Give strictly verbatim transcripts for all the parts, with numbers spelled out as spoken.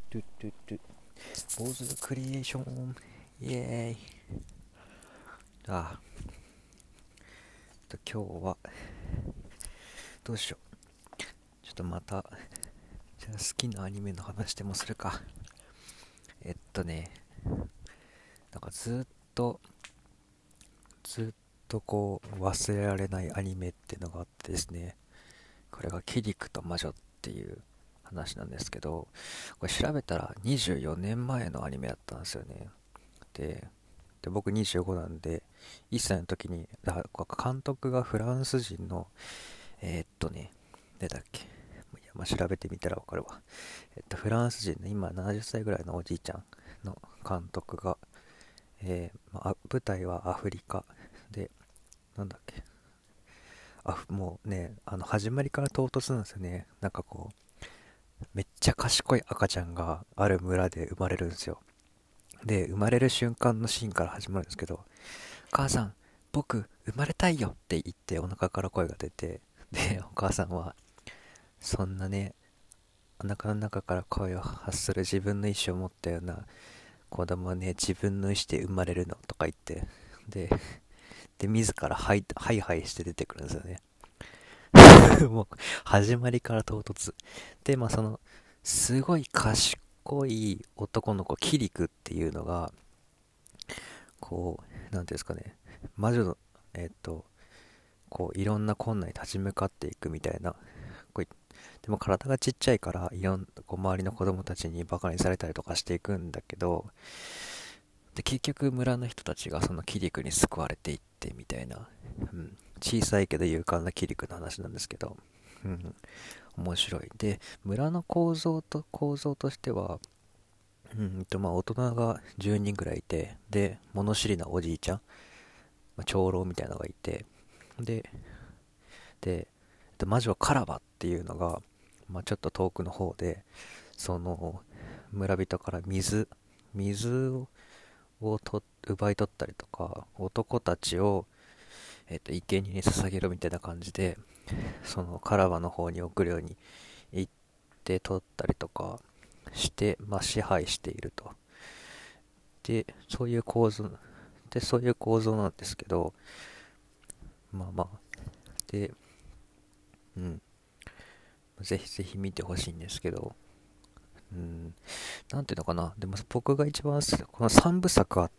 トゥトゥトゥ坊主クリエーションイエーイ。あと今日はどうしよう。ちょっとまたじゃあ好きなアニメの話でもするか。えっとねなんかずっとずっとこう忘れられないアニメっていうのがあってですね、これがキリクと魔女っていう話なんですけど、これ調べたらにじゅうよねんまえのアニメだったんですよね。でで僕にじゅうごなんで、いっさいの時にだ監督がフランス人のえーっとね誰だっけ、いや、まあ、調べてみたらわかるわ。えっとフランス人の今ななじゅっさいぐらいのおじいちゃんの監督が、えーまあ、舞台はアフリカで、なんだっけ、あもうね、あの始まりから唐突なんですよね。なんかこうめっちゃ賢い赤ちゃんがある村で生まれるんですよ。で生まれる瞬間のシーンから始まるんですけど、母さん、僕生まれたいよって言ってお腹から声が出て、でお母さんは、そんなね、お腹の中から声を発する自分の意思を持ったような子供はね、自分の意思で生まれるのとか言って、でで自らハイハイハイして出てくるんですよね。もう始まりから唐突で、まあそのすごい賢い男の子キリクっていうのが、こうなんていうんですかね、魔女のえっとこういろんな困難に立ち向かっていくみたいな、こういでも体がちっちゃいからいろんこう周りの子供たちにバカにされたりとかしていくんだけど、で結局村の人たちがそのキリクに救われていってみたいな、うん、小さいけど勇敢なキリクの話なんですけど、うん、面白い。で村の構造と構造としては、うんとまあ大人がじゅうにんぐらいいて、で物知りなおじいちゃん、まあ、長老みたいなのがいて、でで魔女カラバっていうのが、まあ、ちょっと遠くの方で、その村人から水水ををと奪い取ったりとか、男たちを、えっと生贄に捧げるみたいな感じで、そのカラバの方に送るように行って取ったりとかして、まあ、支配していると。でそういう構図でそういう構造なんですけど、まあまあ、でうんぜひぜひ見てほしいんですけど、うん、なんていうのかな、でも僕が一番すこのさんぶさくあって、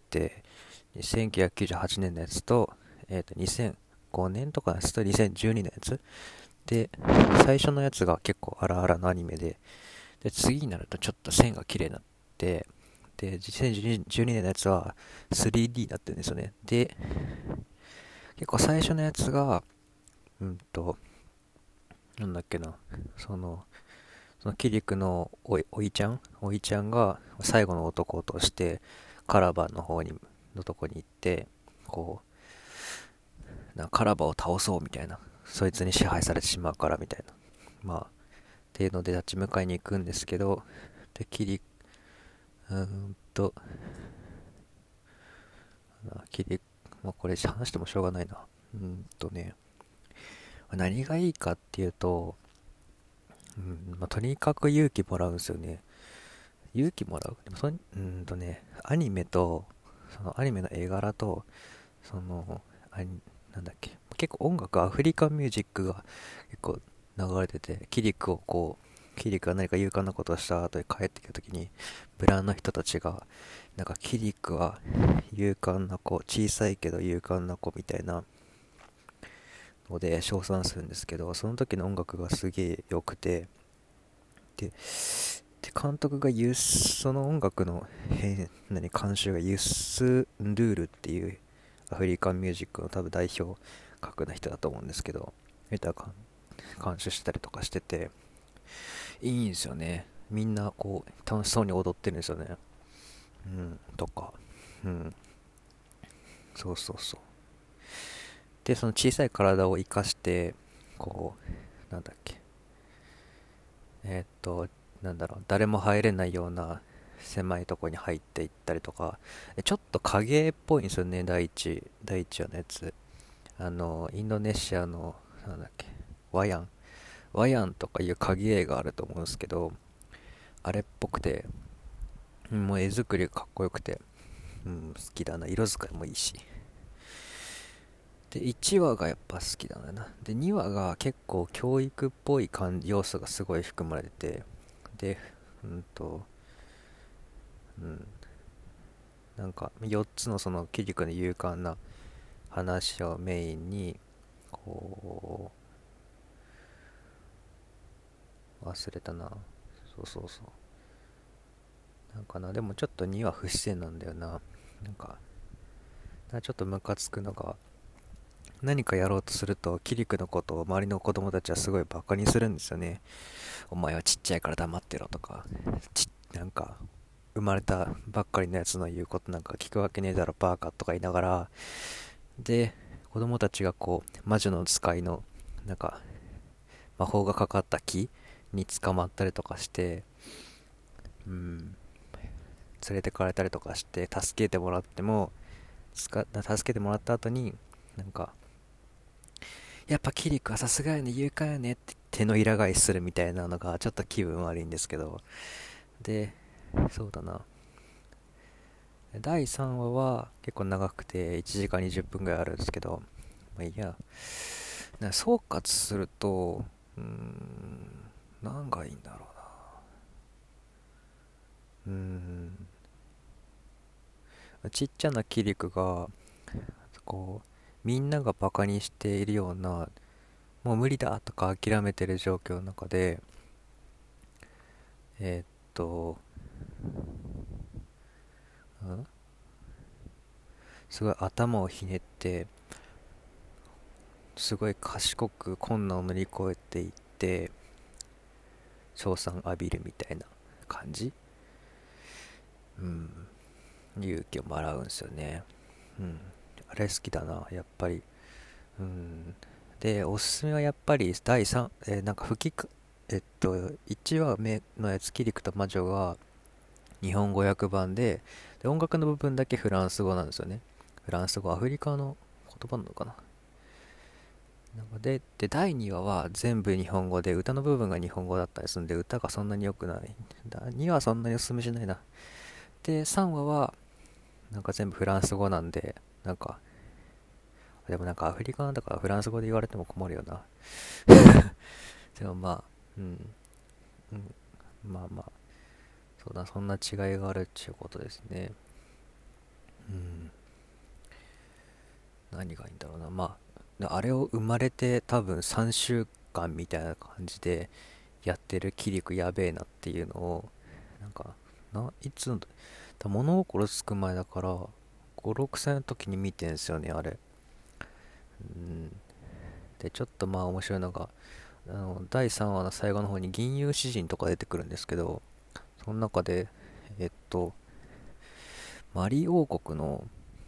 せんきゅうひゃくきゅうじゅうはちねんのやつと、えっとにせんごねんとかのやつとにせんじゅうにねんのやつで、最初のやつが結構荒々のアニメで、で次になるとちょっと線が綺麗になって、でにせんじゅうにねんのやつは スリーディー になってるんですよね。で結構最初のやつが、うんとなんだっけな、そのそのキリクのおいおいちゃんおいちゃんが最後の男としてカラバの方にのとこに行って、こうなカラバを倒そうみたいな、そいつに支配されてしまうからみたいな、まあっていうので立ち向かいに行くんですけど、でキリうーんとキリもうこれ話してもしょうがないな。うーんとね何がいいかっていうと、うんまあ、とにかく勇気もらうんですよね。勇気もらう。でもそんうーんとねアニメと、そのアニメの絵柄と、そのあなんだっけ、結構音楽アフリカンミュージックが結構流れてて、キリクをこうキリクが何か勇敢なことをした後で帰ってきた時に、ブランの人たちがなんかキリクは勇敢な子、小さいけど勇敢な子みたいなので称賛するんですけど、その時の音楽がすげえ良くて、でで監督がユスその音楽の変何監修がユス・ンルールっていうアフリカンミュージックの多分代表格な人だと思うんですけど、歌監監修したりとかしてていいんですよね。みんなこう楽しそうに踊ってるんですよね。うんとか、うんそうそうそう。でその小さい体を生かして、こうなんだっけ、えーっとなんだろう、誰も入れないような狭いとこに入っていったりとか、ちょっと影っぽいんですよね。第一第一話のやつ、あのインドネシアのなんだっけ、ワヤンワヤンとかいう影絵があると思うんですけど、 あれっぽくて、もう絵作りがかっこよくて、うん、好きだな。色使いもいいし。で、いちわがやっぱ好きだな。で、にわが結構教育っぽい感要素がすごい含まれてて、で、うんと、うん、なんかよっつのそのキリコの勇敢な話をメインに、こう、忘れたな。そうそうそう。なんかな、でもちょっとにわ不自然なんだよな。なんか、ちょっとムカつくのが、何かやろうとすると、キリクのことを周りの子供たちはすごいバカにするんですよね。お前はちっちゃいから黙ってろとか、ち、なんか、生まれたばっかりのやつの言うことなんか聞くわけねえだろバーカとか言いながら、で、子供たちがこう、魔女の使いの、なんか、魔法がかかった木に捕まったりとかして、うん、連れてかれたりとかして、助けてもらっても、つか助けてもらった後に、なんか、やっぱキリコはさすがやね、勇敢やねって手のひら返しするみたいなのがちょっと気分悪いんですけど、で、そうだな。だいさんわは結構長くていちじかんにじゅっぷんぐらいあるんですけど、まあいいや。な総括すると、うーん、何がいいんだろうな。うーん、ちっちゃなキリクが、こう、みんながバカにしているような、もう無理だとか諦めてる状況の中で、えーっと、んすごい頭をひねって、すごい賢く困難を乗り越えていって、称賛浴びるみたいな感じ。うん。勇気をもらうんですよね。うん。あれ好きだな、やっぱり。うん。で、おすすめはやっぱりだいさん、えーなんか吹きか、えっと、いちわめのやつ、キリクと魔女が日本語訳版で、で、音楽の部分だけフランス語なんですよね。フランス語、アフリカの言葉なのかな。なんかで、で、だいにわは全部日本語で、歌の部分が日本語だったりするんで、歌がそんなに良くない。だにわはそんなにおすすめしないな。で、さんわは、なんか全部フランス語なんで、なんか、でもなんかアフリカなんだからフランス語で言われても困るよな。でもまあ、うん、うん、まあまあ、そうだ、そんな違いがあるっていうことですね。うん、何がいいんだろうな。まあ、あれを生まれて多分さんしゅうかんみたいな感じでやってるキリクやべえなっていうのを、なんか、ないつの、物心つく前だから、ご、ろくさいの時に見てんすよね、あれ。うん。で、ちょっとまあ面白いのが、あの、だいさんわの最後の方に銀融詩人とか出てくるんですけど、その中で、えっと、マリ王国の、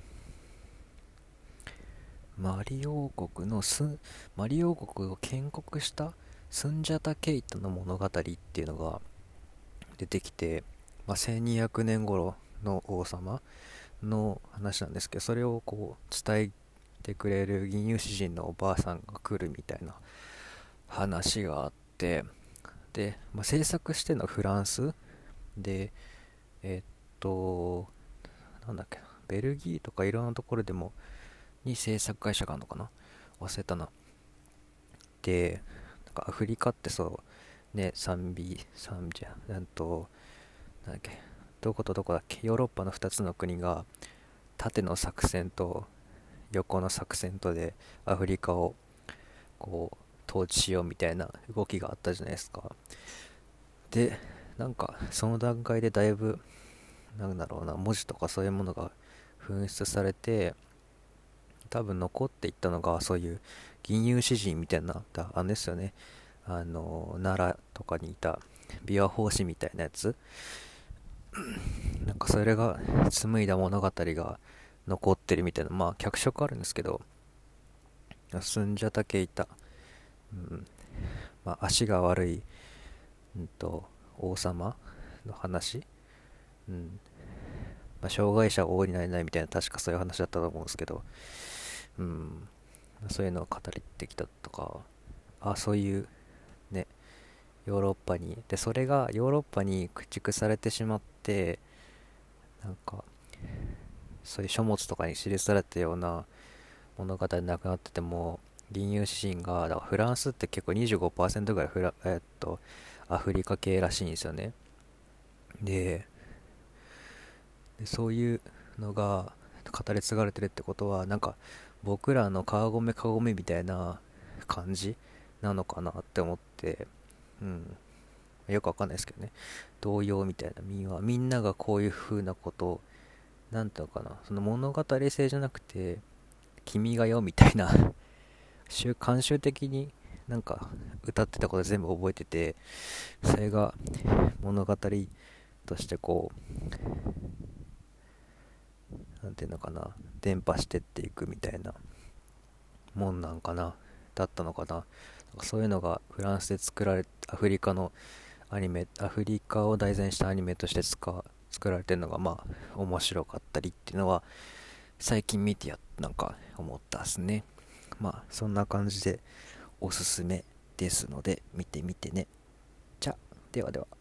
マリ王国のス、マリ王国を建国したスンジャタ・ケイトの物語っていうのが出てきて、まあ、せんにひゃくねん頃の王様の話なんですけど、それをこう伝えてくれる銀融詩人のおばあさんが来るみたいな話があって、で、まあ、制作してるのはフランスで、えっと、なんだっけな、ベルギーとかいろんなところでもに制作会社があるのかな、忘れたな。で、なんかアフリカってそうね、サンビサンビゃなんと、なんだっけ、どことどこだっけ、ヨーロッパのふたつの国が縦の作戦と横の作戦とでアフリカをこう統治しようみたいな動きがあったじゃないですか。で、なんかその段階でだいぶ、なんだろうな、文字とかそういうものが紛失されて、多分残っていったのがそういう銀融詩人みたいな、だあれですよね、あの奈良とかにいた琵琶法師みたいなやつ、なんかそれが紡いだ物語が残ってるみたいな、まあ脚色あるんですけど、スンジャタケイタ、うん、まあ、足が悪い、うんと、王様の話、うんまあ、障害者が王になれないみたいな、確かそういう話だったと思うんですけど、うん、そういうのを語りてきたとか、あ、そういうね、 ヨーロッパに。でそれがヨーロッパに駆逐されてしまって、なんかそういう書物とかに記されたような物語なくなってても、銀融資金がだからフランスって結構にじゅうごパーセントぐらいフラ、えっとアフリカ系らしいんですよね。で、でそういうのが語り継がれてるってことは、なんか僕らの川込川込みたいな感じなのかなって思って、うん、よくわかんないですけどね。童謡みたいな民話、みんながこういう風なことを、なんていうのかな、その物語性じゃなくて、君が代みたいな習慣習的になんか歌ってたこと全部覚えてて、それが物語としてこう、なんていうのかな、伝播してっていくみたいなもんなんかな、だったのかな。なんかそういうのがフランスで作られ、アフリカのアニメ、アフリカを題材にしたアニメとして使作られてるのがまあ面白かったりっていうのは最近見てやなんか思ったっすね。まあそんな感じでおすすめですので見てみてね。じゃあ、ではでは。